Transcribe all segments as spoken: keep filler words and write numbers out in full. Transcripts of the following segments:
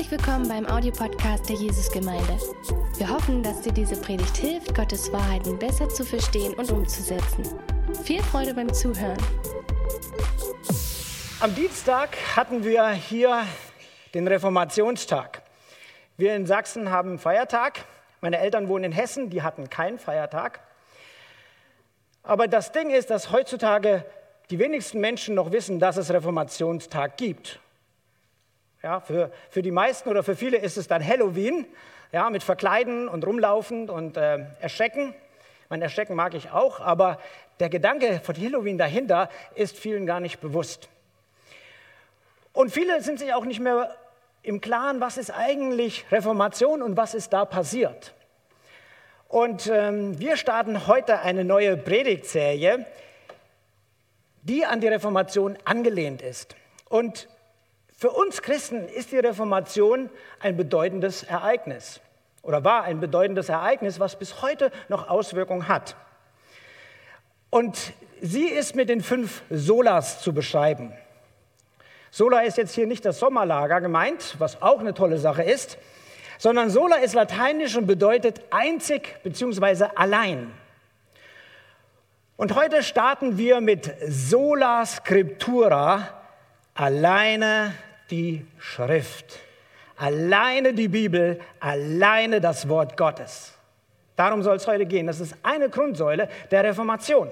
Herzlich willkommen beim Audiopodcast der Jesusgemeinde. Wir hoffen, dass dir diese Predigt hilft, Gottes Wahrheiten besser zu verstehen und umzusetzen. Viel Freude beim Zuhören. Am Dienstag hatten wir hier den Reformationstag. Wir in Sachsen haben einen Feiertag. Meine Eltern wohnen in Hessen, die hatten keinen Feiertag. Aber das Ding ist, dass heutzutage die wenigsten Menschen noch wissen, dass es Reformationstag gibt. Ja, für, für die meisten oder für viele ist es dann Halloween, ja, mit Verkleiden und Rumlaufen und äh, Erschrecken. Mein Erschrecken mag ich auch, aber der Gedanke von Halloween dahinter ist vielen gar nicht bewusst. Und viele sind sich auch nicht mehr im Klaren, was ist eigentlich Reformation und was ist da passiert. Und ähm, wir starten heute eine neue Predigtserie, die an die Reformation angelehnt ist. Und für uns Christen ist die Reformation ein bedeutendes Ereignis oder war ein bedeutendes Ereignis, was bis heute noch Auswirkungen hat. Und sie ist mit den fünf Solas zu beschreiben. Sola ist jetzt hier nicht das Sommerlager gemeint, was auch eine tolle Sache ist, sondern Sola ist lateinisch und bedeutet einzig bzw. allein. Und heute starten wir mit Sola Scriptura, alleine die Schrift, alleine die Bibel, alleine das Wort Gottes. Darum soll es heute gehen. Das ist eine Grundsäule der Reformation.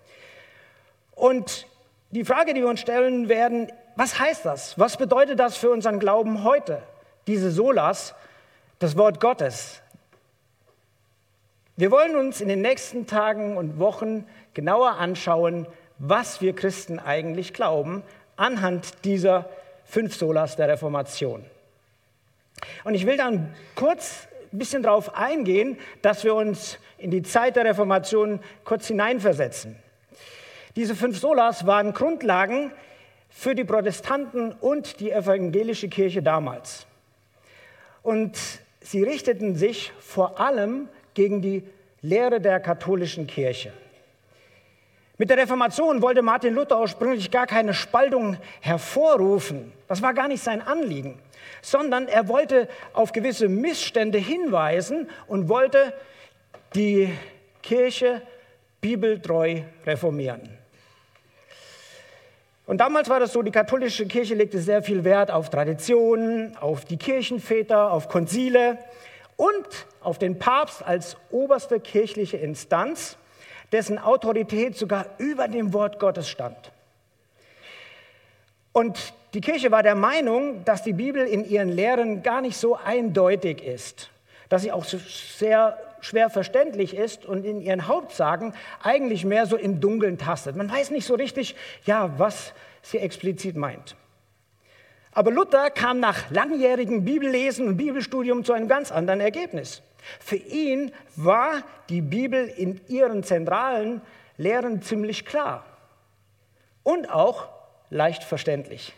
Und die Frage, die wir uns stellen werden, was heißt das? Was bedeutet das für unseren Glauben heute? Diese Solas, das Wort Gottes. Wir wollen uns in den nächsten Tagen und Wochen genauer anschauen, was wir Christen eigentlich glauben, anhand dieser fünf Solas der Reformation. Und ich will dann kurz ein bisschen darauf eingehen, dass wir uns in die Zeit der Reformation kurz hineinversetzen. Diese fünf Solas waren Grundlagen für die Protestanten und die evangelische Kirche damals. Und sie richteten sich vor allem gegen die Lehre der katholischen Kirche. Mit der Reformation wollte Martin Luther ursprünglich gar keine Spaltung hervorrufen. Das war gar nicht sein Anliegen, sondern er wollte auf gewisse Missstände hinweisen und wollte die Kirche bibeltreu reformieren. Und damals war das so, die katholische Kirche legte sehr viel Wert auf Traditionen, auf die Kirchenväter, auf Konzile und auf den Papst als oberste kirchliche Instanz, dessen Autorität sogar über dem Wort Gottes stand. Und die Kirche war der Meinung, dass die Bibel in ihren Lehren gar nicht so eindeutig ist, dass sie auch so sehr schwer verständlich ist und in ihren Hauptsagen eigentlich mehr so im Dunkeln tastet. Man weiß nicht so richtig, ja, was sie explizit meint. Aber Luther kam nach langjährigem Bibellesen und Bibelstudium zu einem ganz anderen Ergebnis. Für ihn war die Bibel in ihren zentralen Lehren ziemlich klar und auch leicht verständlich.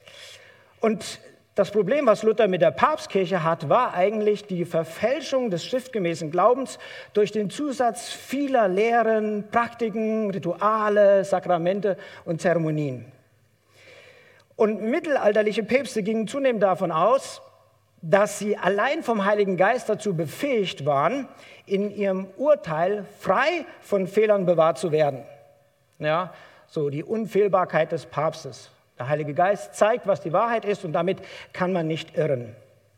Und das Problem, was Luther mit der Papstkirche hat, war eigentlich die Verfälschung des schriftgemäßen Glaubens durch den Zusatz vieler Lehren, Praktiken, Rituale, Sakramente und Zeremonien. Und mittelalterliche Päpste gingen zunehmend davon aus, dass sie allein vom Heiligen Geist dazu befähigt waren, in ihrem Urteil frei von Fehlern bewahrt zu werden. Ja, so die Unfehlbarkeit des Papstes. Der Heilige Geist zeigt, was die Wahrheit ist, und damit kann man nicht irren.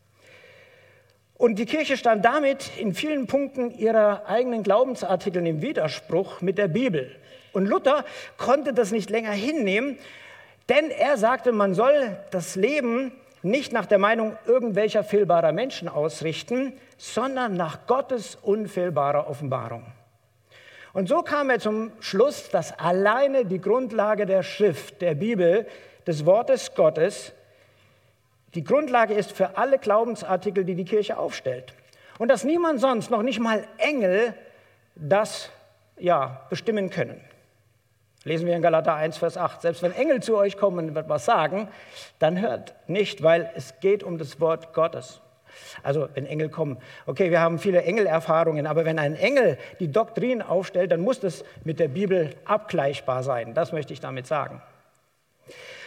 Und die Kirche stand damit in vielen Punkten ihrer eigenen Glaubensartikeln im Widerspruch mit der Bibel. Und Luther konnte das nicht länger hinnehmen, denn er sagte, man soll das Leben nicht nach der Meinung irgendwelcher fehlbarer Menschen ausrichten, sondern nach Gottes unfehlbarer Offenbarung. Und so kam er zum Schluss, dass alleine die Grundlage der Schrift, der Bibel, des Wortes Gottes, die Grundlage ist für alle Glaubensartikel, die die Kirche aufstellt. Und dass niemand sonst, noch nicht mal Engel, das ja, bestimmen können. Lesen wir in Galater eins, Vers acht. Selbst wenn Engel zu euch kommen und etwas sagen, dann hört nicht, weil es geht um das Wort Gottes. Also wenn Engel kommen. Okay, wir haben viele Engelerfahrungen, aber wenn ein Engel die Doktrin aufstellt, dann muss das mit der Bibel abgleichbar sein. Das möchte ich damit sagen.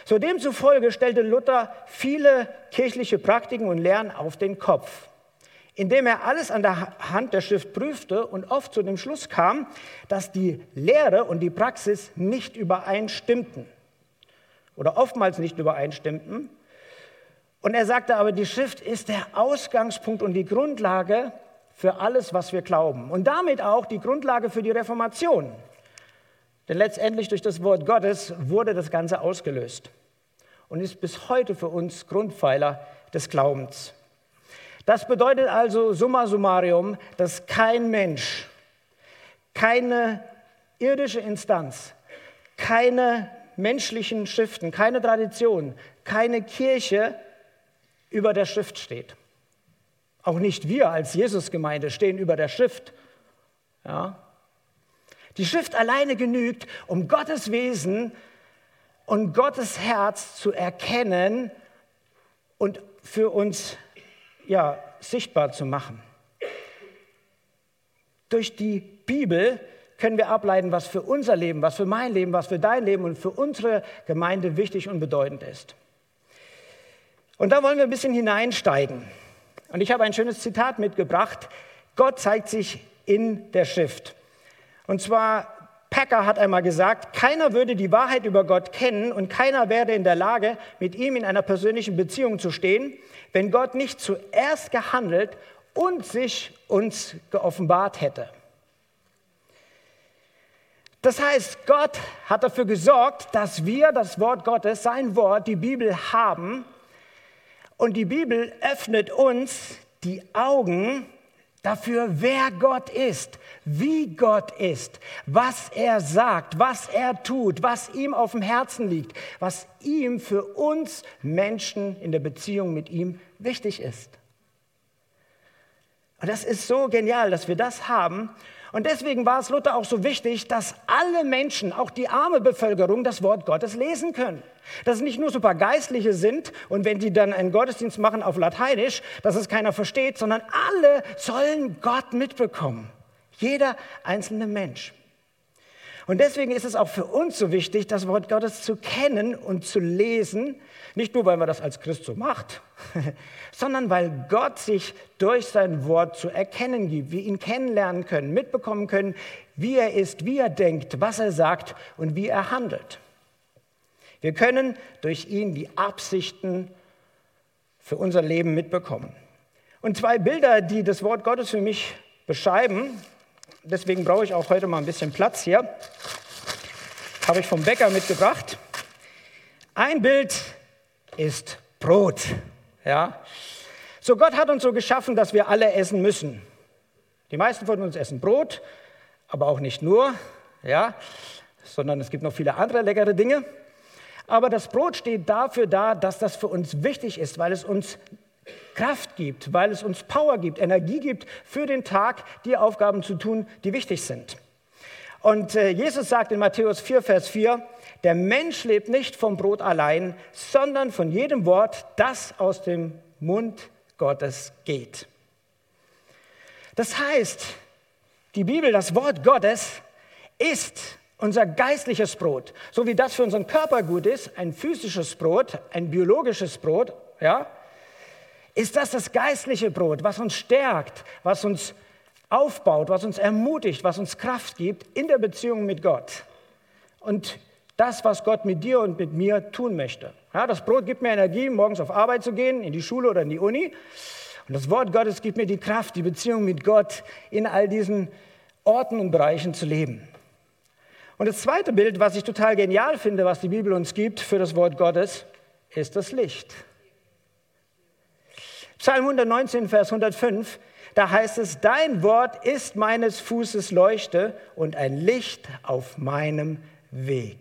So demzufolge stellte Luther viele kirchliche Praktiken und Lehren auf den Kopf, indem er alles an der Hand der Schrift prüfte und oft zu dem Schluss kam, dass die Lehre und die Praxis nicht übereinstimmten oder oftmals nicht übereinstimmten. Und er sagte aber, die Schrift ist der Ausgangspunkt und die Grundlage für alles, was wir glauben. Und damit auch die Grundlage für die Reformation. Denn letztendlich durch das Wort Gottes wurde das Ganze ausgelöst und ist bis heute für uns Grundpfeiler des Glaubens. Das bedeutet also summa summarum, dass kein Mensch, keine irdische Instanz, keine menschlichen Schriften, keine Tradition, keine Kirche über der Schrift steht. Auch nicht wir als Jesusgemeinde stehen über der Schrift. Ja. Die Schrift alleine genügt, um Gottes Wesen und Gottes Herz zu erkennen und für uns ja, sichtbar zu machen. Durch die Bibel können wir ableiten, was für unser Leben, was für mein Leben, was für dein Leben und für unsere Gemeinde wichtig und bedeutend ist. Und da wollen wir ein bisschen hineinsteigen. Und ich habe ein schönes Zitat mitgebracht. Gott zeigt sich in der Schrift. Und zwar, Packer hat einmal gesagt, keiner würde die Wahrheit über Gott kennen und keiner wäre in der Lage, mit ihm in einer persönlichen Beziehung zu stehen, wenn Gott nicht zuerst gehandelt und sich uns geoffenbart hätte. Das heißt, Gott hat dafür gesorgt, dass wir das Wort Gottes, sein Wort, die Bibel haben. Und die Bibel öffnet uns die Augen dafür, wer Gott ist, wie Gott ist, was er sagt, was er tut, was ihm auf dem Herzen liegt, was ihm für uns Menschen in der Beziehung mit ihm wichtig ist. Und das ist so genial, dass wir das haben. Und deswegen war es Luther auch so wichtig, dass alle Menschen, auch die arme Bevölkerung, das Wort Gottes lesen können. Dass es nicht nur so ein paar Geistliche sind und wenn die dann einen Gottesdienst machen auf Lateinisch, dass es keiner versteht, sondern alle sollen Gott mitbekommen. Jeder einzelne Mensch. Und deswegen ist es auch für uns so wichtig, das Wort Gottes zu kennen und zu lesen, nicht nur, weil man das als Christ so macht, sondern weil Gott sich durch sein Wort zu erkennen gibt, wir ihn kennenlernen können, mitbekommen können, wie er ist, wie er denkt, was er sagt und wie er handelt. Wir können durch ihn die Absichten für unser Leben mitbekommen. Und zwei Bilder, die das Wort Gottes für mich beschreiben, deswegen brauche ich auch heute mal ein bisschen Platz hier, habe ich vom Bäcker mitgebracht. Ein Bild ist Brot. Ja. So, Gott hat uns so geschaffen, dass wir alle essen müssen. Die meisten von uns essen Brot, aber auch nicht nur, ja, sondern es gibt noch viele andere leckere Dinge. Aber das Brot steht dafür da, dass das für uns wichtig ist, weil es uns Kraft gibt, weil es uns Power gibt, Energie gibt für den Tag, die Aufgaben zu tun, die wichtig sind. Und äh, Jesus sagt in Matthäus vier, Vers vier, der Mensch lebt nicht vom Brot allein, sondern von jedem Wort, das aus dem Mund Gottes geht. Das heißt, die Bibel, das Wort Gottes, ist unser geistliches Brot. So wie das für unseren Körper gut ist, ein physisches Brot, ein biologisches Brot, ja, ist das das geistliche Brot, was uns stärkt, was uns aufbaut, was uns ermutigt, was uns Kraft gibt in der Beziehung mit Gott. Und das, was Gott mit dir und mit mir tun möchte. Ja, das Brot gibt mir Energie, morgens auf Arbeit zu gehen, in die Schule oder in die Uni. Und das Wort Gottes gibt mir die Kraft, die Beziehung mit Gott in all diesen Orten und Bereichen zu leben. Und das zweite Bild, was ich total genial finde, was die Bibel uns gibt für das Wort Gottes, ist das Licht. Psalm hundertneunzehn, Vers hundertfünf, da heißt es, dein Wort ist meines Fußes Leuchte und ein Licht auf meinem Weg.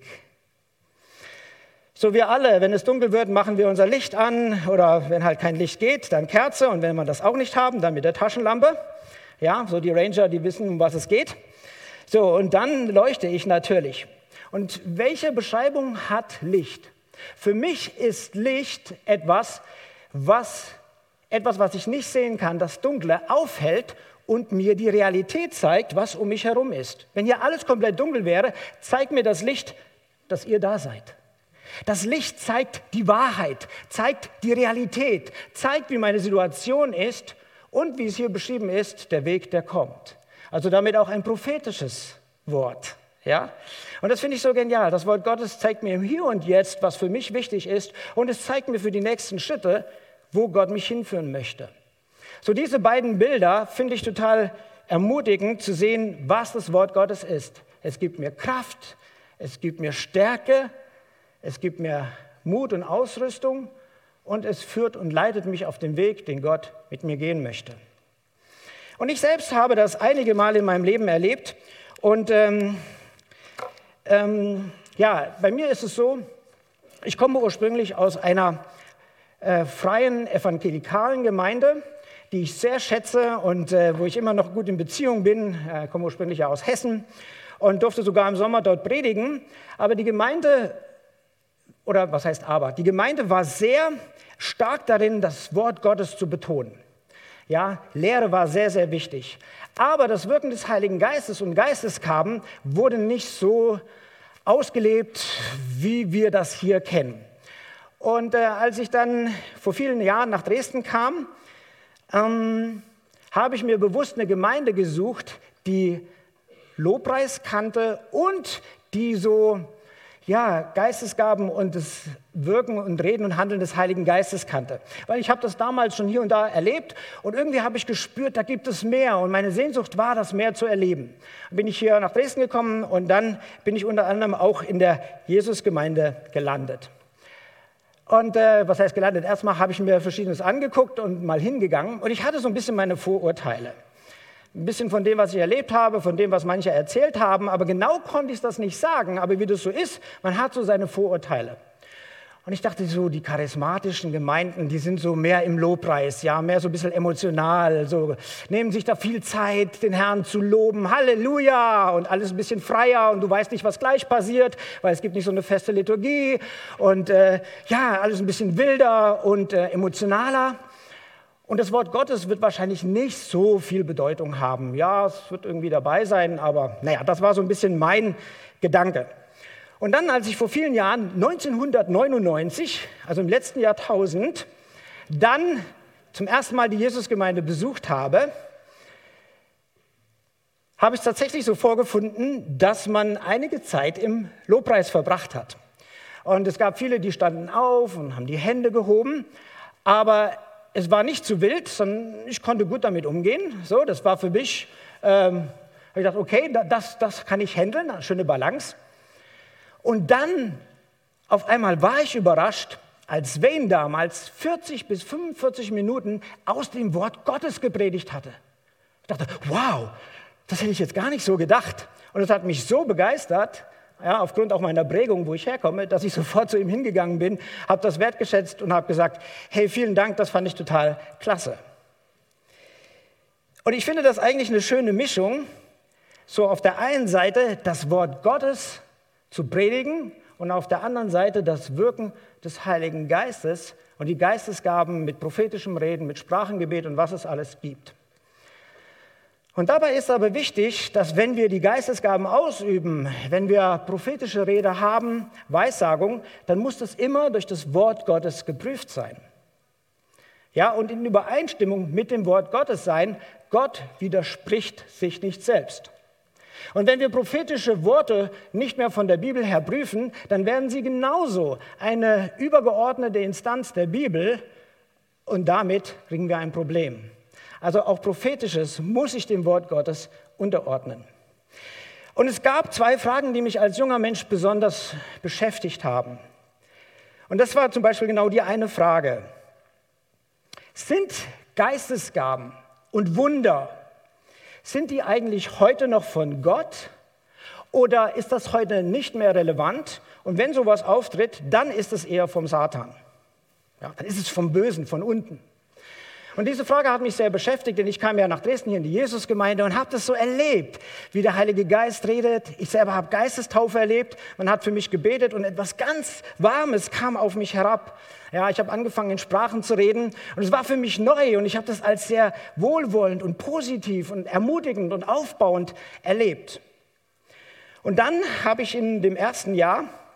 So wir alle, wenn es dunkel wird, machen wir unser Licht an oder wenn halt kein Licht geht, dann Kerze und wenn wir das auch nicht haben, dann mit der Taschenlampe. Ja, so die Ranger, die wissen, um was es geht. So, und dann leuchte ich natürlich. Und welche Beschreibung hat Licht? Für mich ist Licht etwas, was, etwas, was ich nicht sehen kann, das Dunkle aufhält und mir die Realität zeigt, was um mich herum ist. Wenn hier alles komplett dunkel wäre, zeigt mir das Licht, dass ihr da seid. Das Licht zeigt die Wahrheit, zeigt die Realität, zeigt, wie meine Situation ist und, wie es hier beschrieben ist, der Weg, der kommt. Also damit auch ein prophetisches Wort. Ja? Und das finde ich so genial. Das Wort Gottes zeigt mir im Hier und Jetzt, was für mich wichtig ist, und es zeigt mir für die nächsten Schritte, wo Gott mich hinführen möchte. So diese beiden Bilder finde ich total ermutigend zu sehen, was das Wort Gottes ist. Es gibt mir Kraft, es gibt mir Stärke, es gibt mir Mut und Ausrüstung und es führt und leitet mich auf den Weg, den Gott mit mir gehen möchte. Und ich selbst habe das einige Mal in meinem Leben erlebt und ähm, ähm, ja, bei mir ist es so, ich komme ursprünglich aus einer äh, freien evangelikalen Gemeinde, die ich sehr schätze und äh, wo ich immer noch gut in Beziehung bin. Ich äh, komme ursprünglich ja aus Hessen und durfte sogar im Sommer dort predigen. Aber die Gemeinde, oder was heißt aber, die Gemeinde war sehr stark darin, das Wort Gottes zu betonen. Ja, Lehre war sehr, sehr wichtig. Aber das Wirken des Heiligen Geistes und Geistesgaben wurde nicht so ausgelebt, wie wir das hier kennen. Und äh, als ich dann vor vielen Jahren nach Dresden kam, ähm, habe ich mir bewusst eine Gemeinde gesucht, die Lobpreis kannte und die so ja, Geistesgaben und das Wirken und Reden und Handeln des Heiligen Geistes kannte. Weil ich habe das damals schon hier und da erlebt und irgendwie habe ich gespürt, da gibt es mehr und meine Sehnsucht war, das mehr zu erleben. Dann bin ich hier nach Dresden gekommen und dann bin ich unter anderem auch in der Jesusgemeinde gelandet. Und äh, was heißt gelandet? Erstmal habe ich mir Verschiedenes angeguckt und mal hingegangen und ich hatte so ein bisschen meine Vorurteile. Ein bisschen von dem, was ich erlebt habe, von dem, was manche erzählt haben, aber genau konnte ich das nicht sagen. Aber wie das so ist, man hat so seine Vorurteile. Und ich dachte so, die charismatischen Gemeinden, die sind so mehr im Lobpreis, ja, mehr so ein bisschen emotional, so nehmen sich da viel Zeit, den Herrn zu loben, Halleluja, und alles ein bisschen freier und du weißt nicht, was gleich passiert, weil es gibt nicht so eine feste Liturgie und äh, ja, alles ein bisschen wilder und äh, emotionaler. Und das Wort Gottes wird wahrscheinlich nicht so viel Bedeutung haben. Ja, es wird irgendwie dabei sein, aber naja, das war so ein bisschen mein Gedanke. Und dann, als ich vor vielen Jahren, neunzehnhundertneunundneunzig, also im letzten Jahrtausend, dann zum ersten Mal die Jesusgemeinde besucht habe, habe ich es tatsächlich so vorgefunden, dass man einige Zeit im Lobpreis verbracht hat. Und es gab viele, die standen auf und haben die Hände gehoben, aber es war nicht zu wild, sondern ich konnte gut damit umgehen. So, das war für mich, ähm, habe ich gedacht, okay, das, das kann ich handeln, schöne Balance. Und dann, auf einmal war ich überrascht, als Wayne damals vierzig bis fünfundvierzig Minuten aus dem Wort Gottes gepredigt hatte. Ich dachte, wow, das hätte ich jetzt gar nicht so gedacht. Und es hat mich so begeistert, ja, aufgrund auch meiner Prägung, wo ich herkomme, dass ich sofort zu ihm hingegangen bin, habe das wertgeschätzt und habe gesagt, hey, vielen Dank, das fand ich total klasse. Und ich finde das eigentlich eine schöne Mischung, so auf der einen Seite das Wort Gottes zu predigen und auf der anderen Seite das Wirken des Heiligen Geistes und die Geistesgaben mit prophetischem Reden, mit Sprachengebet und was es alles gibt. Und dabei ist aber wichtig, dass wenn wir die Geistesgaben ausüben, wenn wir prophetische Rede haben, Weissagung, dann muss das immer durch das Wort Gottes geprüft sein. Ja, und in Übereinstimmung mit dem Wort Gottes sein, Gott widerspricht sich nicht selbst. Und wenn wir prophetische Worte nicht mehr von der Bibel her prüfen, dann werden sie genauso eine übergeordnete Instanz der Bibel und damit kriegen wir ein Problem. Also auch Prophetisches muss sich dem Wort Gottes unterordnen. Und es gab zwei Fragen, die mich als junger Mensch besonders beschäftigt haben. Und das war zum Beispiel genau die eine Frage. Sind Geistesgaben und Wunder, sind die eigentlich heute noch von Gott oder ist das heute nicht mehr relevant? Und wenn sowas auftritt, dann ist es eher vom Satan. Ja, dann ist es vom Bösen, von unten. Und diese Frage hat mich sehr beschäftigt, denn ich kam ja nach Dresden hier in die Jesusgemeinde und habe das so erlebt, wie der Heilige Geist redet. Ich selber habe Geistestaufe erlebt. Man hat für mich gebetet und etwas ganz Warmes kam auf mich herab. Ja, ich habe angefangen, in Sprachen zu reden und es war für mich neu und ich habe das als sehr wohlwollend und positiv und ermutigend und aufbauend erlebt. Und dann habe ich in dem ersten Jahr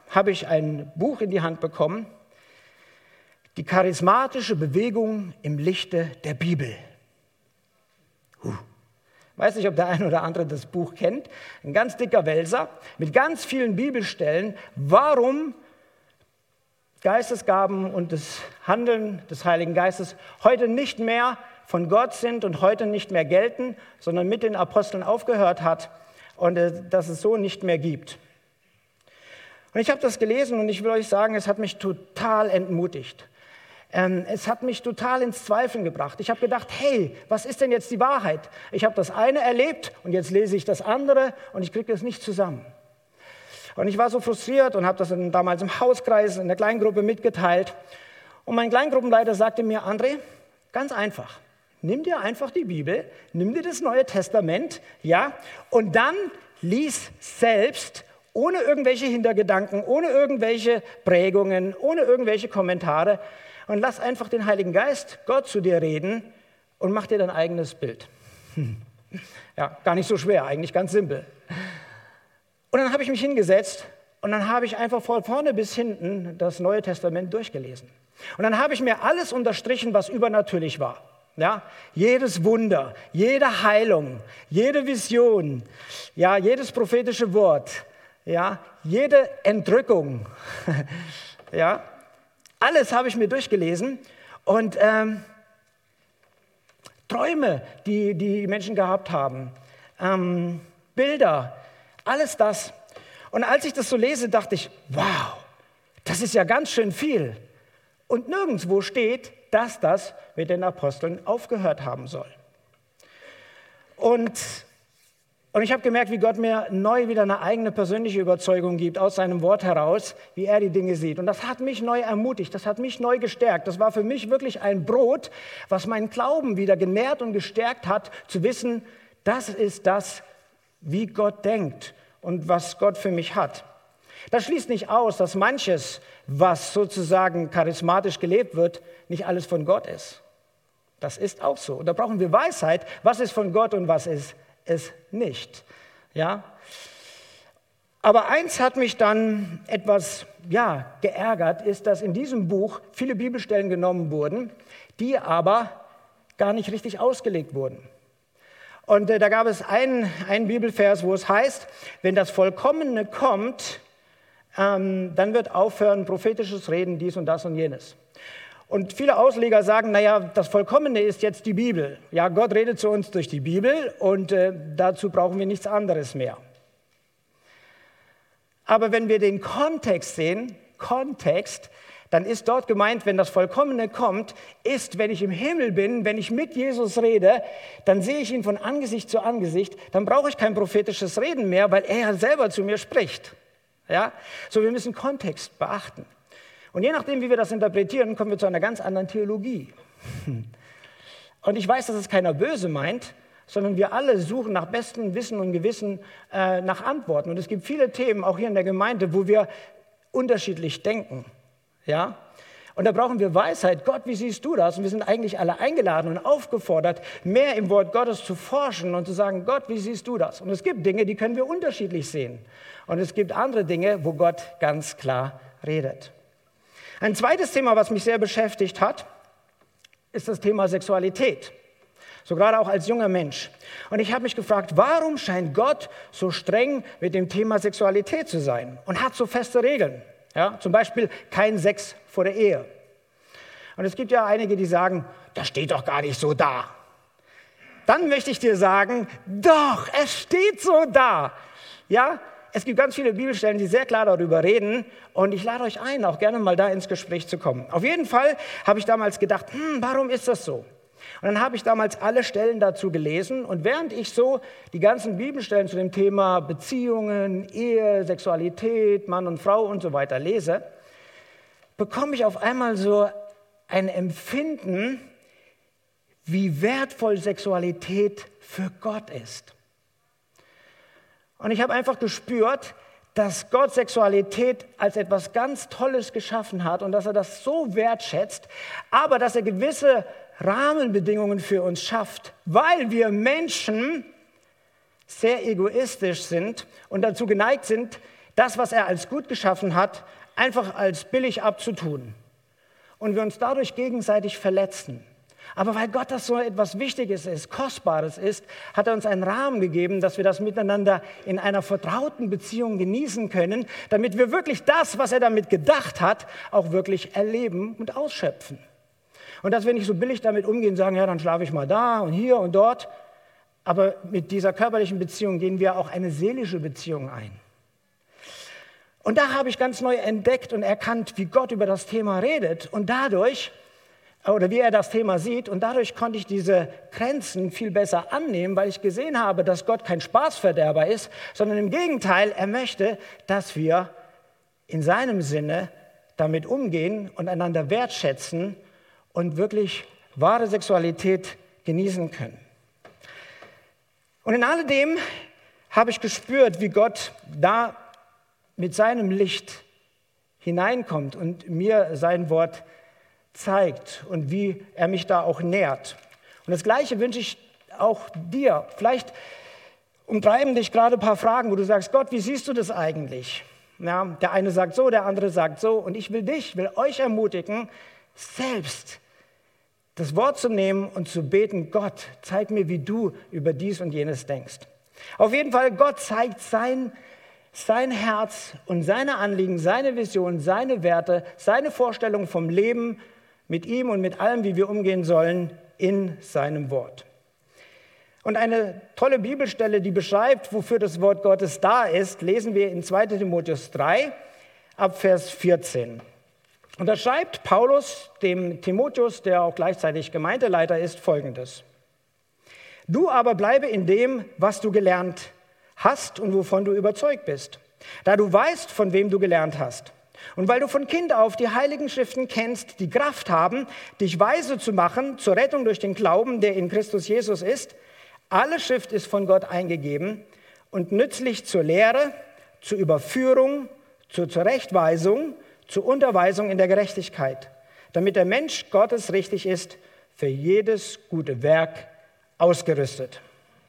habe ich ein Buch in die Hand bekommen, Die charismatische Bewegung im Lichte der Bibel. Huh. Weiß nicht, ob der eine oder andere das Buch kennt. Ein ganz dicker Wälzer mit ganz vielen Bibelstellen, warum Geistesgaben und das Handeln des Heiligen Geistes heute nicht mehr von Gott sind und heute nicht mehr gelten, sondern mit den Aposteln aufgehört hat und äh, dass es so nicht mehr gibt. Und ich habe das gelesen und ich will euch sagen, es hat mich total entmutigt. Ähm, es hat mich total ins Zweifeln gebracht. Ich habe gedacht, hey, was ist denn jetzt die Wahrheit? Ich habe das eine erlebt und jetzt lese ich das andere und ich kriege das nicht zusammen. Und ich war so frustriert und habe das in, damals im Hauskreis, in der Kleingruppe mitgeteilt. Und mein Kleingruppenleiter sagte mir, André, ganz einfach, nimm dir einfach die Bibel, nimm dir das Neue Testament, ja, und dann lies selbst, ohne irgendwelche Hintergedanken, ohne irgendwelche Prägungen, ohne irgendwelche Kommentare und lass einfach den Heiligen Geist, Gott, zu dir reden und mach dir dein eigenes Bild. Hm. Ja, gar nicht so schwer, eigentlich ganz simpel. Und dann habe ich mich hingesetzt und dann habe ich einfach von vorne bis hinten das Neue Testament durchgelesen. Und dann habe ich mir alles unterstrichen, was übernatürlich war. Ja, jedes Wunder, jede Heilung, jede Vision, ja, jedes prophetische Wort, ja, jede Entrückung, ja, alles habe ich mir durchgelesen und ähm, Träume, die die Menschen gehabt haben, ähm, Bilder, alles das. Und als ich das so lese, dachte ich, wow, das ist ja ganz schön viel. Und nirgendwo steht, dass das mit den Aposteln aufgehört haben soll. Und, und ich habe gemerkt, wie Gott mir neu wieder eine eigene persönliche Überzeugung gibt, aus seinem Wort heraus, wie er die Dinge sieht. Und das hat mich neu ermutigt, das hat mich neu gestärkt. Das war für mich wirklich ein Brot, was meinen Glauben wieder genährt und gestärkt hat, zu wissen, das ist das, wie Gott denkt und was Gott für mich hat. Das schließt nicht aus, dass manches, was sozusagen charismatisch gelebt wird, nicht alles von Gott ist. Das ist auch so. Und da brauchen wir Weisheit, was ist von Gott und was ist es nicht. Ja? Aber eins hat mich dann etwas ja, geärgert, ist, dass in diesem Buch viele Bibelstellen genommen wurden, die aber gar nicht richtig ausgelegt wurden. Und äh, da gab es einen, einen Bibelvers, wo es heißt, wenn das Vollkommene kommt, ähm, dann wird aufhören prophetisches Reden, dies und das und jenes. Und viele Ausleger sagen, naja, das Vollkommene ist jetzt die Bibel. Ja, Gott redet zu uns durch die Bibel und äh, dazu brauchen wir nichts anderes mehr. Aber wenn wir den Kontext sehen, Kontext, dann ist dort gemeint, wenn das Vollkommene kommt, ist, wenn ich im Himmel bin, wenn ich mit Jesus rede, dann sehe ich ihn von Angesicht zu Angesicht, dann brauche ich kein prophetisches Reden mehr, weil er ja selber zu mir spricht. Ja? So, wir müssen Kontext beachten. Und je nachdem, wie wir das interpretieren, kommen wir zu einer ganz anderen Theologie. Und ich weiß, dass es keiner böse meint, sondern wir alle suchen nach bestem Wissen und Gewissen äh, nach Antworten. Und es gibt viele Themen, auch hier in der Gemeinde, wo wir unterschiedlich denken. Ja? Und da brauchen wir Weisheit. Gott, wie siehst du das? Und wir sind eigentlich alle eingeladen und aufgefordert, mehr im Wort Gottes zu forschen und zu sagen, Gott, wie siehst du das? Und es gibt Dinge, die können wir unterschiedlich sehen. Und es gibt andere Dinge, wo Gott ganz klar redet. Ein zweites Thema, was mich sehr beschäftigt hat, ist das Thema Sexualität. So gerade auch als junger Mensch. Und ich habe mich gefragt, warum scheint Gott so streng mit dem Thema Sexualität zu sein und hat so feste Regeln? Ja, zum Beispiel kein Sex vor der Ehe. Und es gibt ja einige, die sagen, das steht doch gar nicht so da. Dann möchte ich dir sagen, doch, es steht so da. Ja, es gibt ganz viele Bibelstellen, die sehr klar darüber reden. Und ich lade euch ein, auch gerne mal da ins Gespräch zu kommen. Auf jeden Fall habe ich damals gedacht, hm, warum ist das so? Und dann habe ich damals alle Stellen dazu gelesen. Und während ich so die ganzen Bibelstellen zu dem Thema Beziehungen, Ehe, Sexualität, Mann und Frau und so weiter lese, bekomme ich auf einmal so ein Empfinden, wie wertvoll Sexualität für Gott ist. Und ich habe einfach gespürt, dass Gott Sexualität als etwas ganz Tolles geschaffen hat und dass er das so wertschätzt, aber dass er gewisse Rahmenbedingungen für uns schafft, weil wir Menschen sehr egoistisch sind und dazu geneigt sind, das, was er als gut geschaffen hat, einfach als billig abzutun. Und wir uns dadurch gegenseitig verletzen. Aber weil Gott das so etwas Wichtiges ist, Kostbares ist, hat er uns einen Rahmen gegeben, dass wir das miteinander in einer vertrauten Beziehung genießen können, damit wir wirklich das, was er damit gedacht hat, auch wirklich erleben und ausschöpfen. Und dass wir nicht so billig damit umgehen und sagen, ja, dann schlafe ich mal da und hier und dort. Aber mit dieser körperlichen Beziehung gehen wir auch eine seelische Beziehung ein. Und da habe ich ganz neu entdeckt und erkannt, wie Gott über das Thema redet. Und dadurch, oder wie er das Thema sieht, und dadurch konnte ich diese Grenzen viel besser annehmen, weil ich gesehen habe, dass Gott kein Spaßverderber ist, sondern im Gegenteil, er möchte, dass wir in seinem Sinne damit umgehen und einander wertschätzen und wirklich wahre Sexualität genießen können. Und in alledem habe ich gespürt, wie Gott da mit seinem Licht hineinkommt und mir sein Wort zeigt und wie er mich da auch nährt. Und das Gleiche wünsche ich auch dir. Vielleicht umtreiben dich gerade ein paar Fragen, wo du sagst, Gott, wie siehst du das eigentlich? Ja, der eine sagt so, der andere sagt so. Und ich will dich, will euch ermutigen, selbst das Wort zu nehmen und zu beten, Gott, zeig mir, wie du über dies und jenes denkst. Auf jeden Fall, Gott zeigt sein, sein Herz und seine Anliegen, seine Vision, seine Werte, seine Vorstellung vom Leben mit ihm und mit allem, wie wir umgehen sollen, in seinem Wort. Und eine tolle Bibelstelle, die beschreibt, wofür das Wort Gottes da ist, lesen wir in zweiter Timotheus drei, ab Vers vierzehn. Und da schreibt Paulus dem Timotheus, der auch gleichzeitig Gemeindeleiter ist, Folgendes. Du aber bleibe in dem, was du gelernt hast und wovon du überzeugt bist, da du weißt, von wem du gelernt hast. Und weil du von Kind auf die Heiligen Schriften kennst, die Kraft haben, dich weise zu machen zur Rettung durch den Glauben, der in Christus Jesus ist. Alle Schrift ist von Gott eingegeben und nützlich zur Lehre, zur Überführung, zur Zurechtweisung, zur Unterweisung in der Gerechtigkeit, damit der Mensch Gottes richtig ist, für jedes gute Werk ausgerüstet.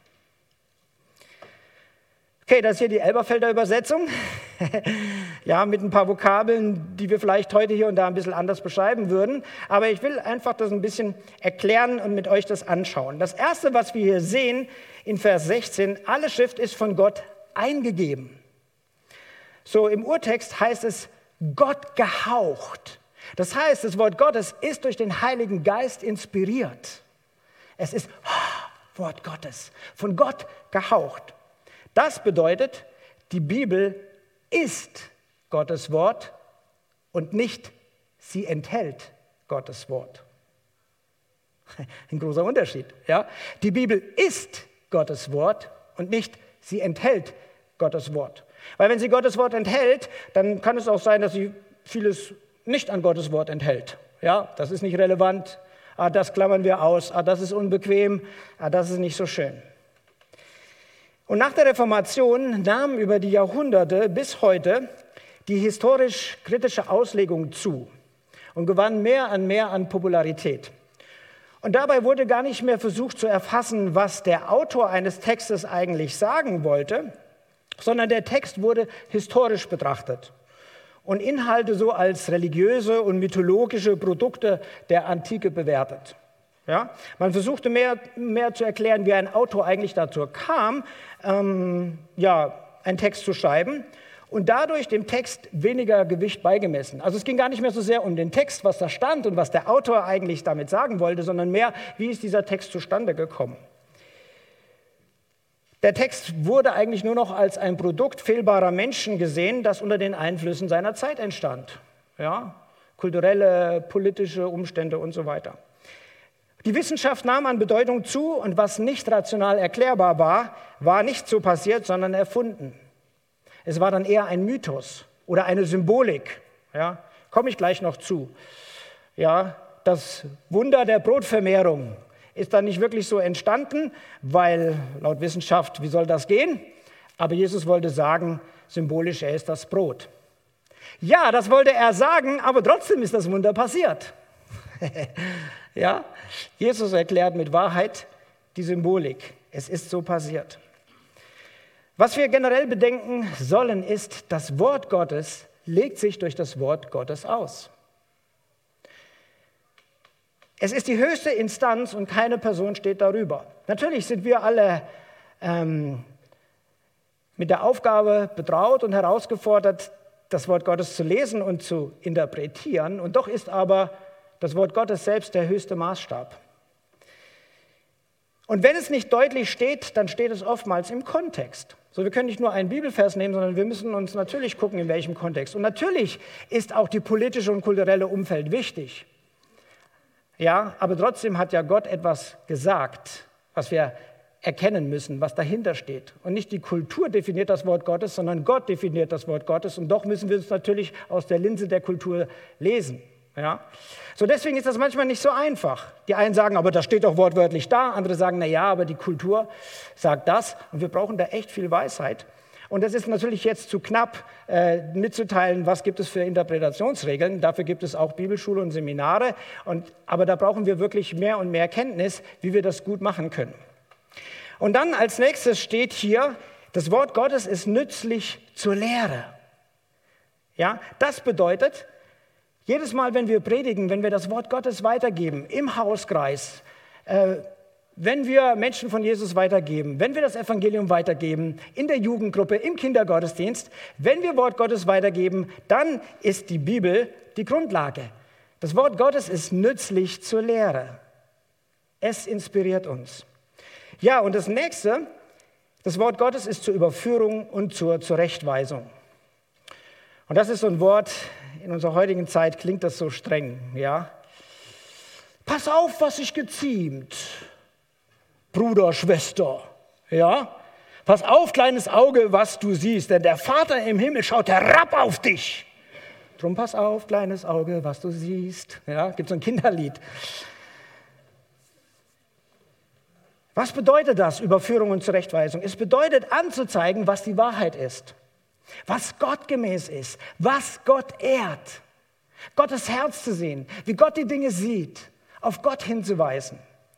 Okay, das ist hier die Elberfelder Übersetzung. Ja, mit ein paar Vokabeln, die wir vielleicht heute hier und da ein bisschen anders beschreiben würden. Aber ich will einfach das ein bisschen erklären und mit euch das anschauen. Das Erste, was wir hier sehen in Vers sechzehn, alle Schrift ist von Gott eingegeben. So im Urtext heißt es Gott gehaucht. Das heißt, das Wort Gottes ist durch den Heiligen Geist inspiriert. Es ist oh, Wort Gottes, von Gott gehaucht. Das bedeutet, die Bibel ist Gottes Wort und nicht sie enthält Gottes Wort. Ein großer Unterschied. Ja? Die Bibel ist Gottes Wort und nicht sie enthält Gottes Wort. Weil wenn sie Gottes Wort enthält, dann kann es auch sein, dass sie vieles nicht an Gottes Wort enthält. Ja, das ist nicht relevant, ah, das klammern wir aus, ah, das ist unbequem, ah, das ist nicht so schön. Und nach der Reformation nahm über die Jahrhunderte bis heute die historisch-kritische Auslegung zu und gewann mehr und mehr an Popularität. Und dabei wurde gar nicht mehr versucht zu erfassen, was der Autor eines Textes eigentlich sagen wollte, sondern der Text wurde historisch betrachtet und Inhalte so als religiöse und mythologische Produkte der Antike bewertet. Ja? Man versuchte mehr, mehr zu erklären, wie ein Autor eigentlich dazu kam, ähm, ja, einen Text zu schreiben und dadurch dem Text weniger Gewicht beigemessen. Also es ging gar nicht mehr so sehr um den Text, was da stand und was der Autor eigentlich damit sagen wollte, sondern mehr, wie ist dieser Text zustande gekommen. Der Text wurde eigentlich nur noch als ein Produkt fehlbarer Menschen gesehen, das unter den Einflüssen seiner Zeit entstand. Ja? Kulturelle, politische Umstände und so weiter. Die Wissenschaft nahm an Bedeutung zu und was nicht rational erklärbar war, war nicht so passiert, sondern erfunden. Es war dann eher ein Mythos oder eine Symbolik. Ja? Komme ich gleich noch zu. Ja, das Wunder der Brotvermehrung ist dann nicht wirklich so entstanden, weil laut Wissenschaft, wie soll das gehen? Aber Jesus wollte sagen, symbolisch, er ist das Brot. Ja, das wollte er sagen, aber trotzdem ist das Wunder passiert. Ja, Jesus erklärt mit Wahrheit die Symbolik. Es ist so passiert. Was wir generell bedenken sollen, ist, das Wort Gottes legt sich durch das Wort Gottes aus. Es ist die höchste Instanz und keine Person steht darüber. Natürlich sind wir alle ähm, mit der Aufgabe betraut und herausgefordert, das Wort Gottes zu lesen und zu interpretieren. Und doch ist aber das Wort Gottes selbst der höchste Maßstab. Und wenn es nicht deutlich steht, dann steht es oftmals im Kontext. So, wir können nicht nur einen Bibelvers nehmen, sondern wir müssen uns natürlich gucken, in welchem Kontext. Und natürlich ist auch die politische und kulturelle Umfeld wichtig. Ja, aber trotzdem hat ja Gott etwas gesagt, was wir erkennen müssen, was dahinter steht. Und nicht die Kultur definiert das Wort Gottes, sondern Gott definiert das Wort Gottes. Und doch müssen wir es natürlich aus der Linse der Kultur lesen. Ja? So, deswegen ist das manchmal nicht so einfach. Die einen sagen, aber das steht doch wortwörtlich da. Andere sagen, na ja, aber die Kultur sagt das. Und wir brauchen da echt viel Weisheit. Und das ist natürlich jetzt zu knapp äh, mitzuteilen, was gibt es für Interpretationsregeln. Dafür gibt es auch Bibelschule und Seminare. Und, aber da brauchen wir wirklich mehr und mehr Kenntnis, wie wir das gut machen können. Und dann als nächstes steht hier, das Wort Gottes ist nützlich zur Lehre. Ja, das bedeutet, jedes Mal, wenn wir predigen, wenn wir das Wort Gottes weitergeben, im Hauskreis, äh, wenn wir Menschen von Jesus weitergeben, wenn wir das Evangelium weitergeben, in der Jugendgruppe, im Kindergottesdienst, wenn wir Wort Gottes weitergeben, dann ist die Bibel die Grundlage. Das Wort Gottes ist nützlich zur Lehre. Es inspiriert uns. Ja, und das nächste, das Wort Gottes ist zur Überführung und zur Zurechtweisung. Und das ist so ein Wort, in unserer heutigen Zeit klingt das so streng, ja. Pass auf, was sich geziemt, Bruder, Schwester, ja. Pass auf, kleines Auge, was du siehst, denn der Vater im Himmel schaut herab auf dich. Drum pass auf, kleines Auge, was du siehst. Ja, gibt so ein Kinderlied. Was bedeutet das, Überführung und Zurechtweisung? Es bedeutet anzuzeigen, was die Wahrheit ist, was gottgemäß ist, was Gott ehrt. Gottes Herz zu sehen, wie Gott die Dinge sieht, auf Gott hinzuweisen.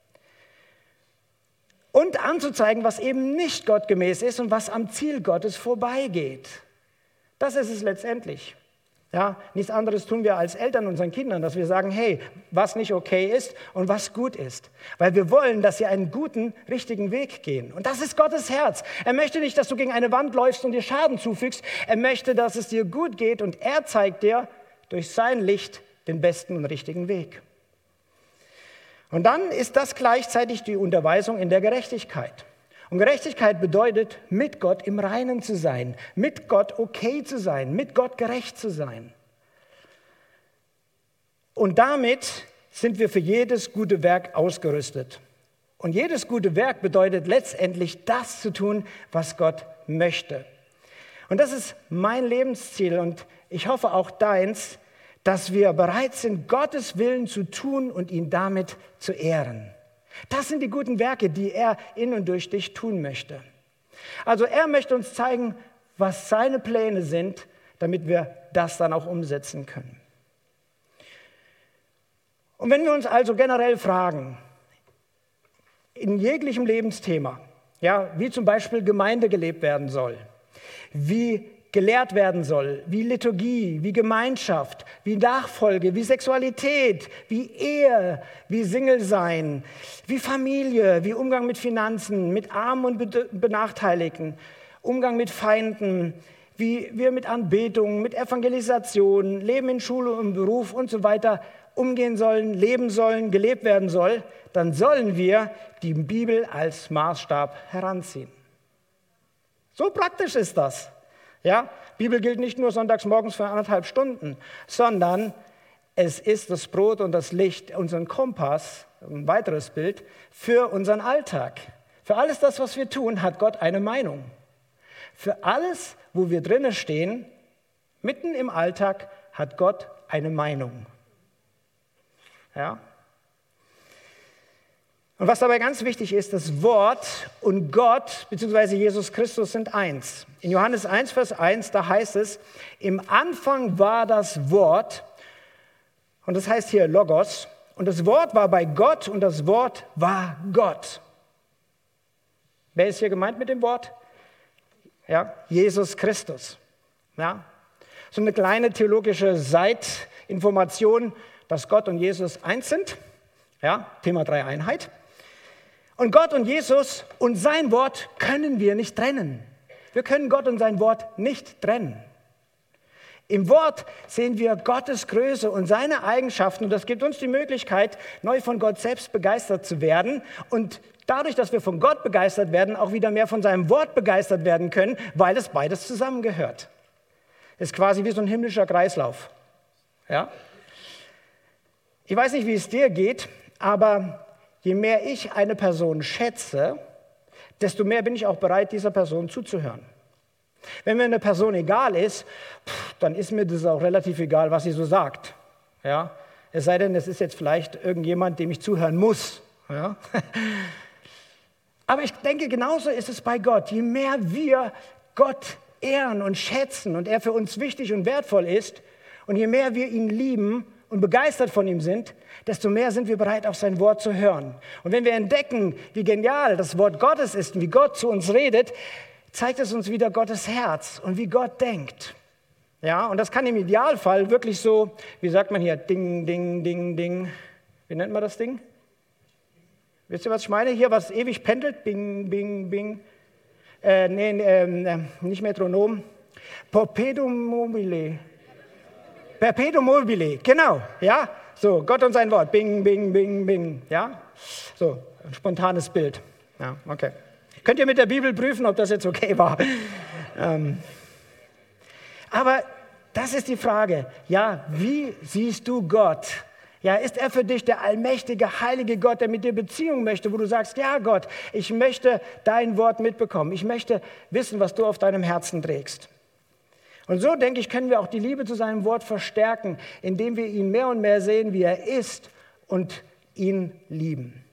Und anzuzeigen, was eben nicht gottgemäß ist und was am Ziel Gottes vorbeigeht. Das ist es letztendlich. Ja, nichts anderes tun wir als Eltern unseren Kindern, dass wir sagen, hey, was nicht okay ist und was gut ist. Weil wir wollen, dass sie einen guten, richtigen Weg gehen. Und das ist Gottes Herz. Er möchte nicht, dass du gegen eine Wand läufst und dir Schaden zufügst. Er möchte, dass es dir gut geht und er zeigt dir durch sein Licht den besten und richtigen Weg. Und dann ist das gleichzeitig die Unterweisung in der Gerechtigkeit. Und Gerechtigkeit bedeutet, mit Gott im Reinen zu sein, mit Gott okay zu sein, mit Gott gerecht zu sein. Und damit sind wir für jedes gute Werk ausgerüstet. Und jedes gute Werk bedeutet letztendlich das zu tun, was Gott möchte. Und das ist mein Lebensziel und ich hoffe auch deins, dass wir bereit sind, Gottes Willen zu tun und ihn damit zu ehren. Das sind die guten Werke, die er in und durch dich tun möchte. Also er möchte uns zeigen, was seine Pläne sind, damit wir das dann auch umsetzen können. Und wenn wir uns also generell fragen, in jeglichem Lebensthema, ja, wie zum Beispiel Gemeinde gelebt werden soll, wie gelehrt werden soll, wie Liturgie, wie Gemeinschaft, wie Nachfolge, wie Sexualität, wie Ehe, wie Single-Sein, wie Familie, wie Umgang mit Finanzen, mit Armen und Benachteiligten, Umgang mit Feinden, wie wir mit Anbetung, mit Evangelisation, Leben in Schule und Beruf und so weiter umgehen sollen, leben sollen, gelebt werden soll, dann sollen wir die Bibel als Maßstab heranziehen. So praktisch ist das. Ja, Bibel gilt nicht nur sonntags morgens für anderthalb Stunden, sondern es ist das Brot und das Licht, unseren Kompass, ein weiteres Bild, für unseren Alltag. Für alles das, was wir tun, hat Gott eine Meinung. Für alles, wo wir drinnen stehen, mitten im Alltag, hat Gott eine Meinung. Ja? Und was dabei ganz wichtig ist, das Wort und Gott bzw. Jesus Christus sind eins. In Johannes eins, Vers eins, da heißt es, im Anfang war das Wort, und das heißt hier Logos, und das Wort war bei Gott und das Wort war Gott. Wer ist hier gemeint mit dem Wort? Ja, Jesus Christus. Ja. So eine kleine theologische Seitinformation, dass Gott und Jesus eins sind. Ja, Thema Dreieinheit. Und Gott und Jesus und sein Wort können wir nicht trennen. Wir können Gott und sein Wort nicht trennen. Im Wort sehen wir Gottes Größe und seine Eigenschaften und das gibt uns die Möglichkeit, neu von Gott selbst begeistert zu werden und dadurch, dass wir von Gott begeistert werden, auch wieder mehr von seinem Wort begeistert werden können, weil es beides zusammengehört. Das ist quasi wie so ein himmlischer Kreislauf. Ja? Ich weiß nicht, wie es dir geht, aber je mehr ich eine Person schätze, desto mehr bin ich auch bereit, dieser Person zuzuhören. Wenn mir eine Person egal ist, dann ist mir das auch relativ egal, was sie so sagt. Ja? Es sei denn, es ist jetzt vielleicht irgendjemand, dem ich zuhören muss. Ja? Aber ich denke, genauso ist es bei Gott. Je mehr wir Gott ehren und schätzen und er für uns wichtig und wertvoll ist und je mehr wir ihn lieben und begeistert von ihm sind, desto mehr sind wir bereit, auf sein Wort zu hören. Und wenn wir entdecken, wie genial das Wort Gottes ist und wie Gott zu uns redet, zeigt es uns wieder Gottes Herz und wie Gott denkt. Ja, und das kann im Idealfall wirklich so, wie sagt man hier, ding, ding, ding, ding. Wie nennt man das Ding? Wisst ihr, was ich meine? Hier, was ewig pendelt, bing, bing, bing. Äh, nee, äh, nicht Metronom. Perpetuum mobile. Perpetuum mobile, genau, ja. So, Gott und sein Wort, bing, bing, bing, bing, ja. So, ein spontanes Bild. Ja, okay. Könnt ihr mit der Bibel prüfen, ob das jetzt okay war? ähm. Aber das ist die Frage. Ja, wie siehst du Gott? Ja, ist er für dich der allmächtige, heilige Gott, der mit dir Beziehung möchte, wo du sagst, ja Gott, ich möchte dein Wort mitbekommen. Ich möchte wissen, was du auf deinem Herzen trägst. Und so, denke ich, können wir auch die Liebe zu seinem Wort verstärken, indem wir ihn mehr und mehr sehen, wie er ist und ihn lieben.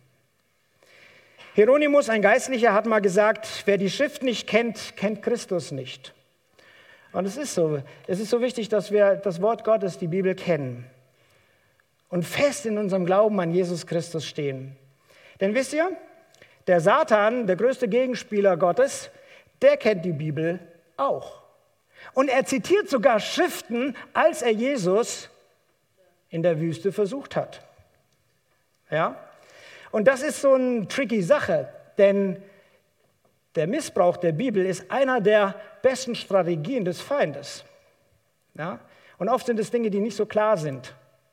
Hieronymus, ein Geistlicher, hat mal gesagt, wer die Schrift nicht kennt, kennt Christus nicht. Und es ist so, es ist so wichtig, dass wir das Wort Gottes, die Bibel, kennen und fest in unserem Glauben an Jesus Christus stehen. Denn wisst ihr, der Satan, der größte Gegenspieler Gottes, der kennt die Bibel auch. Und er zitiert sogar Schriften, als er Jesus in der Wüste versucht hat. Ja? Und das ist so eine tricky Sache, denn der Missbrauch der Bibel ist einer der besten Strategien des Feindes. Ja? Und oft sind es Dinge, die nicht so klar sind.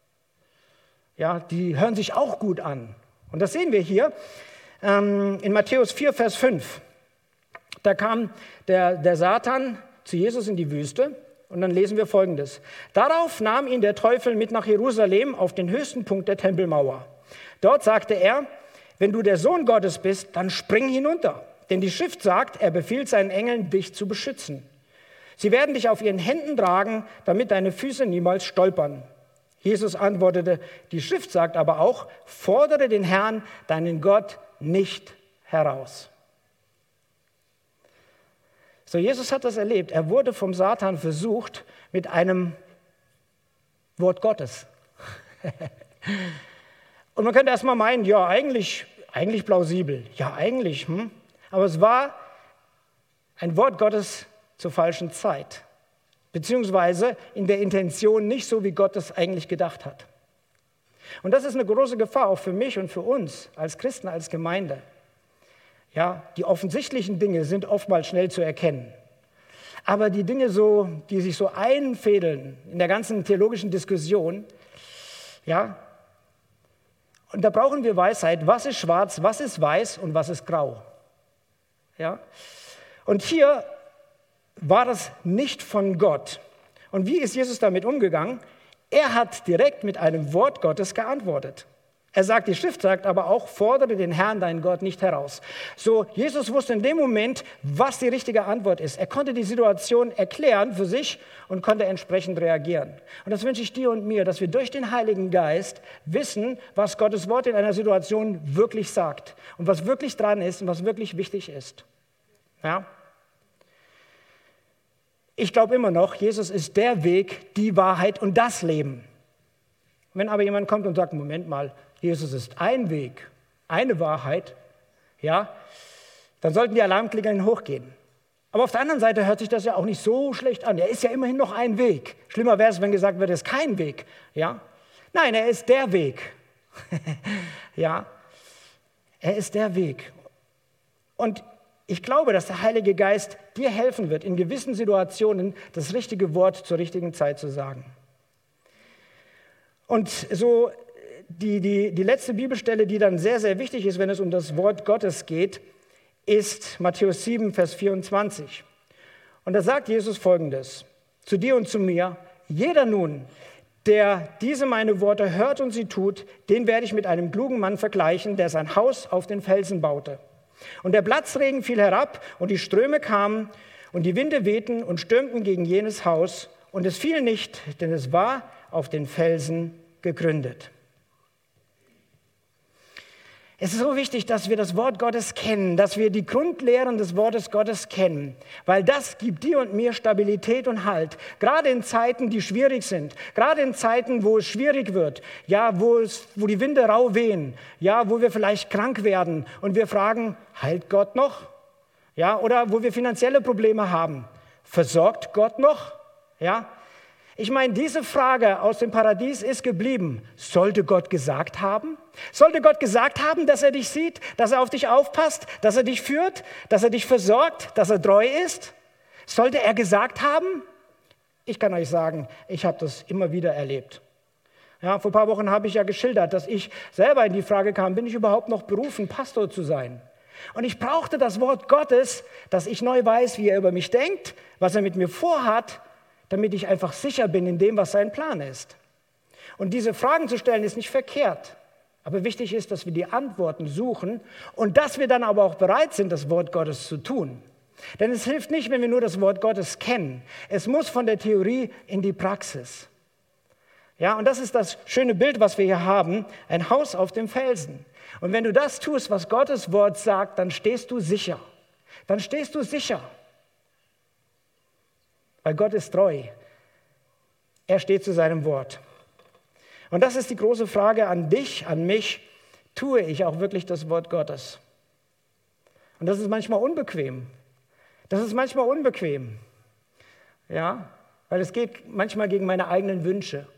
Ja, die hören sich auch gut an. Und das sehen wir hier ähm, in Matthäus vier, Vers fünf. Da kam der, der Satan zu Jesus in die Wüste und dann lesen wir Folgendes. Darauf nahm ihn der Teufel mit nach Jerusalem auf den höchsten Punkt der Tempelmauer. Dort sagte er, wenn du der Sohn Gottes bist, dann spring hinunter. Denn die Schrift sagt, er befiehlt seinen Engeln, dich zu beschützen. Sie werden dich auf ihren Händen tragen, damit deine Füße niemals stolpern. Jesus antwortete, die Schrift sagt aber auch, fordere den Herrn, deinen Gott, nicht heraus. So, Jesus hat das erlebt. Er wurde vom Satan versucht mit einem Wort Gottes. Und man könnte erstmal meinen, ja, eigentlich, eigentlich plausibel. Ja, eigentlich. Hm? Aber es war ein Wort Gottes zur falschen Zeit. Beziehungsweise in der Intention nicht so, wie Gott es eigentlich gedacht hat. Und das ist eine große Gefahr, auch für mich und für uns als Christen, als Gemeinde. Ja, die offensichtlichen Dinge sind oftmals schnell zu erkennen. Aber die Dinge, so, die sich so einfädeln in der ganzen theologischen Diskussion, ja, und da brauchen wir Weisheit. Was ist schwarz, was ist weiß und was ist grau? Ja? Und hier war das nicht von Gott. Und wie ist Jesus damit umgegangen? Er hat direkt mit einem Wort Gottes geantwortet. Er sagt, die Schrift sagt aber auch, fordere den Herrn, deinen Gott, nicht heraus. So, Jesus wusste in dem Moment, was die richtige Antwort ist. Er konnte die Situation erklären für sich und konnte entsprechend reagieren. Und das wünsche ich dir und mir, dass wir durch den Heiligen Geist wissen, was Gottes Wort in einer Situation wirklich sagt und was wirklich dran ist und was wirklich wichtig ist. Ja? Ich glaube immer noch, Jesus ist der Weg, die Wahrheit und das Leben. Wenn aber jemand kommt und sagt, Moment mal, Jesus ist ein Weg, eine Wahrheit, ja, dann sollten die Alarmklingeln hochgehen. Aber auf der anderen Seite hört sich das ja auch nicht so schlecht an. Er ist ja immerhin noch ein Weg. Schlimmer wäre es, wenn gesagt wird, er ist kein Weg. Ja? Nein, er ist der Weg. Ja, er ist der Weg. Und ich glaube, dass der Heilige Geist dir helfen wird, in gewissen Situationen das richtige Wort zur richtigen Zeit zu sagen. Und so die, die, die letzte Bibelstelle, die dann sehr, sehr wichtig ist, wenn es um das Wort Gottes geht, ist Matthäus sieben, Vers vierundzwanzig. Und da sagt Jesus Folgendes: Zu dir und zu mir, jeder nun, der diese meine Worte hört und sie tut, den werde ich mit einem klugen Mann vergleichen, der sein Haus auf den Felsen baute. Und der Platzregen fiel herab und die Ströme kamen und die Winde wehten und stürmten gegen jenes Haus. Und es fiel nicht, denn es war auf den Felsen gegründet. Es ist so wichtig, dass wir das Wort Gottes kennen, dass wir die Grundlehren des Wortes Gottes kennen, weil das gibt dir und mir Stabilität und Halt. Gerade in Zeiten, die schwierig sind, gerade in Zeiten, wo es schwierig wird, ja, wo, es, wo die Winde rau wehen, ja, wo wir vielleicht krank werden und wir fragen, heilt Gott noch? Ja, oder wo wir finanzielle Probleme haben, versorgt Gott noch? Ja, ich meine, diese Frage aus dem Paradies ist geblieben. Sollte Gott gesagt haben? Sollte Gott gesagt haben, dass er dich sieht, dass er auf dich aufpasst, dass er dich führt, dass er dich versorgt, dass er treu ist? Sollte er gesagt haben? Ich kann euch sagen, ich habe das immer wieder erlebt. Ja, vor ein paar Wochen habe ich ja geschildert, dass ich selber in die Frage kam, bin ich überhaupt noch berufen, Pastor zu sein? Und ich brauchte das Wort Gottes, dass ich neu weiß, wie er über mich denkt, was er mit mir vorhat, damit ich einfach sicher bin in dem, was sein Plan ist. Und diese Fragen zu stellen, ist nicht verkehrt. Aber wichtig ist, dass wir die Antworten suchen und dass wir dann aber auch bereit sind, das Wort Gottes zu tun. Denn es hilft nicht, wenn wir nur das Wort Gottes kennen. Es muss von der Theorie in die Praxis. Ja, und das ist das schöne Bild, was wir hier haben, ein Haus auf dem Felsen. Und wenn du das tust, was Gottes Wort sagt, dann stehst du sicher. Dann stehst du sicher. Weil Gott ist treu. Er steht zu seinem Wort. Und das ist die große Frage an dich, an mich. Tue ich auch wirklich das Wort Gottes? Und das ist manchmal unbequem. Das ist manchmal unbequem. Ja, weil es geht manchmal gegen meine eigenen Wünsche.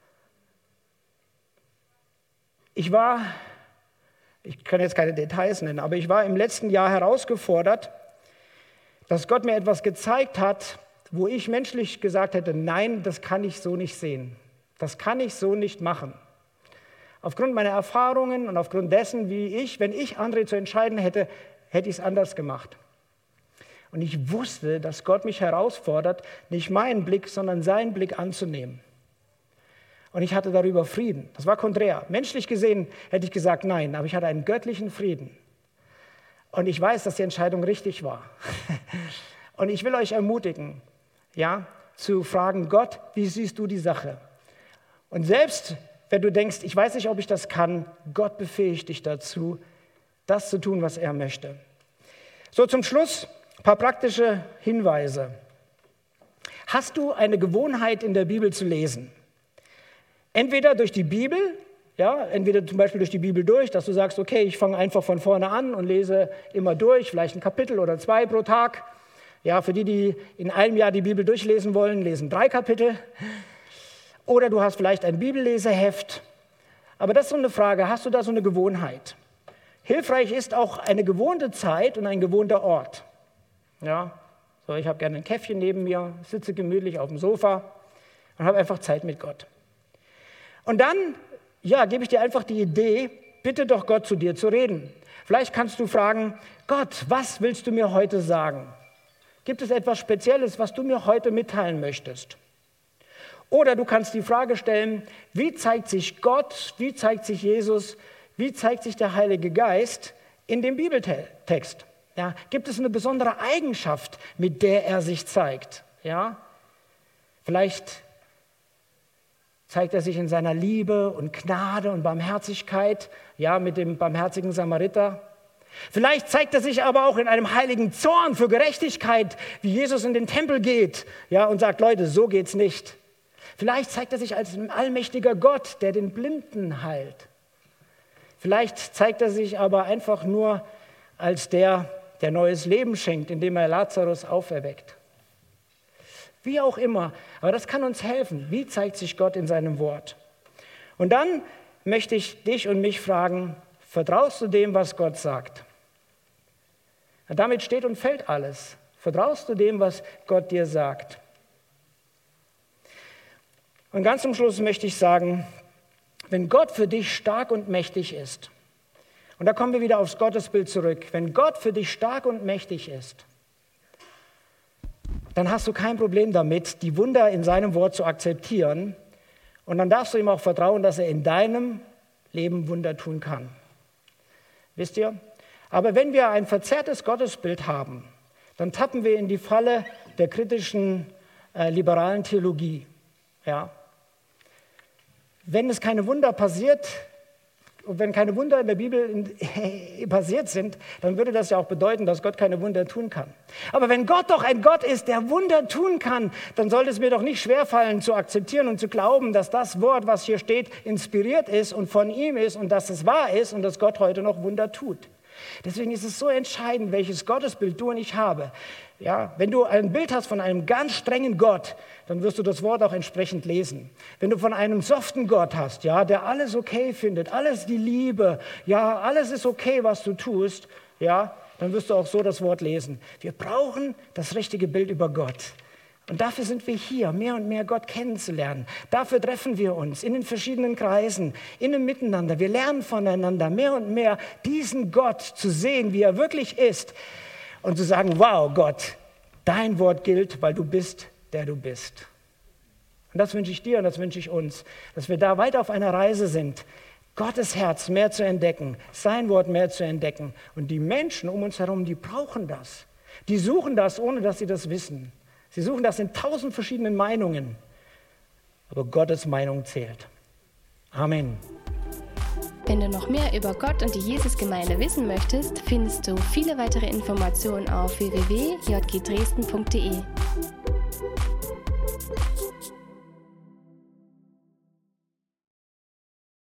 Ich war, ich kann jetzt keine Details nennen, aber ich war im letzten Jahr herausgefordert, dass Gott mir etwas gezeigt hat, wo ich menschlich gesagt hätte, nein, das kann ich so nicht sehen. Das kann ich so nicht machen. Aufgrund meiner Erfahrungen und aufgrund dessen, wie ich, wenn ich André zu entscheiden hätte, hätte ich es anders gemacht. Und ich wusste, dass Gott mich herausfordert, nicht meinen Blick, sondern seinen Blick anzunehmen. Und ich hatte darüber Frieden. Das war konträr. Menschlich gesehen hätte ich gesagt, nein, aber ich hatte einen göttlichen Frieden. Und ich weiß, dass die Entscheidung richtig war. Und ich will euch ermutigen, ja, zu fragen, Gott, wie siehst du die Sache? Und selbst wenn du denkst, ich weiß nicht, ob ich das kann, Gott befähigt dich dazu, das zu tun, was er möchte. So, zum Schluss ein paar praktische Hinweise. Hast du eine Gewohnheit, in der Bibel zu lesen? Entweder durch die Bibel, ja, entweder zum Beispiel durch die Bibel durch, dass du sagst, okay, ich fange einfach von vorne an und lese immer durch, vielleicht ein Kapitel oder zwei pro Tag. Ja, für die, die in einem Jahr die Bibel durchlesen wollen, lesen drei Kapitel. Oder du hast vielleicht ein Bibelleseheft. Aber das ist so eine Frage, hast du da so eine Gewohnheit? Hilfreich ist auch eine gewohnte Zeit und ein gewohnter Ort. Ja, so, ich habe gerne ein Käffchen neben mir, sitze gemütlich auf dem Sofa und habe einfach Zeit mit Gott. Und dann, ja, gebe ich dir einfach die Idee, bitte doch Gott zu dir zu reden. Vielleicht kannst du fragen, Gott, was willst du mir heute sagen? Gibt es etwas Spezielles, was du mir heute mitteilen möchtest? Oder du kannst die Frage stellen, wie zeigt sich Gott, wie zeigt sich Jesus, wie zeigt sich der Heilige Geist in dem Bibeltext? Ja, gibt es eine besondere Eigenschaft, mit der er sich zeigt? Ja? Vielleicht zeigt er sich in seiner Liebe und Gnade und Barmherzigkeit, ja, mit dem barmherzigen Samariter. Vielleicht zeigt er sich aber auch in einem heiligen Zorn für Gerechtigkeit, wie Jesus in den Tempel geht, ja, und sagt, Leute, so geht's nicht. Vielleicht zeigt er sich als ein allmächtiger Gott, der den Blinden heilt. Vielleicht zeigt er sich aber einfach nur als der, der neues Leben schenkt, indem er Lazarus auferweckt. Wie auch immer, aber das kann uns helfen. Wie zeigt sich Gott in seinem Wort? Und dann möchte ich dich und mich fragen, vertraust du dem, was Gott sagt? Und damit steht und fällt alles. Vertraust du dem, was Gott dir sagt? Und ganz zum Schluss möchte ich sagen, wenn Gott für dich stark und mächtig ist, und da kommen wir wieder aufs Gottesbild zurück, wenn Gott für dich stark und mächtig ist, dann hast du kein Problem damit, die Wunder in seinem Wort zu akzeptieren. Und dann darfst du ihm auch vertrauen, dass er in deinem Leben Wunder tun kann. Wisst ihr? Aber wenn wir ein verzerrtes Gottesbild haben, dann tappen wir in die Falle der kritischen äh, liberalen Theologie. Ja? Wenn es keine Wunder passiert, und wenn keine Wunder in der Bibel in, passiert sind, dann würde das ja auch bedeuten, dass Gott keine Wunder tun kann. Aber wenn Gott doch ein Gott ist, der Wunder tun kann, dann sollte es mir doch nicht schwerfallen zu akzeptieren und zu glauben, dass das Wort, was hier steht, inspiriert ist und von ihm ist und dass es wahr ist und dass Gott heute noch Wunder tut. Deswegen ist es so entscheidend, welches Gottesbild du und ich habe. Ja, wenn du ein Bild hast von einem ganz strengen Gott, dann wirst du das Wort auch entsprechend lesen. Wenn du von einem soften Gott hast, ja, der alles okay findet, alles die Liebe, ja, alles ist okay, was du tust, ja, dann wirst du auch so das Wort lesen. Wir brauchen das richtige Bild über Gott. Und dafür sind wir hier, mehr und mehr Gott kennenzulernen. Dafür treffen wir uns in den verschiedenen Kreisen, in dem Miteinander. Wir lernen voneinander mehr und mehr diesen Gott zu sehen, wie er wirklich ist. Und zu sagen, wow Gott, dein Wort gilt, weil du bist, der du bist. Und das wünsche ich dir und das wünsche ich uns, dass wir da weiter auf einer Reise sind, Gottes Herz mehr zu entdecken, sein Wort mehr zu entdecken. Und die Menschen um uns herum, die brauchen das. Die suchen das, ohne dass sie das wissen. Sie suchen das in tausend verschiedenen Meinungen. Aber Gottes Meinung zählt. Amen. Wenn du noch mehr über Gott und die Jesusgemeinde wissen möchtest, findest du viele weitere Informationen auf w w w punkt j g dresden punkt d e.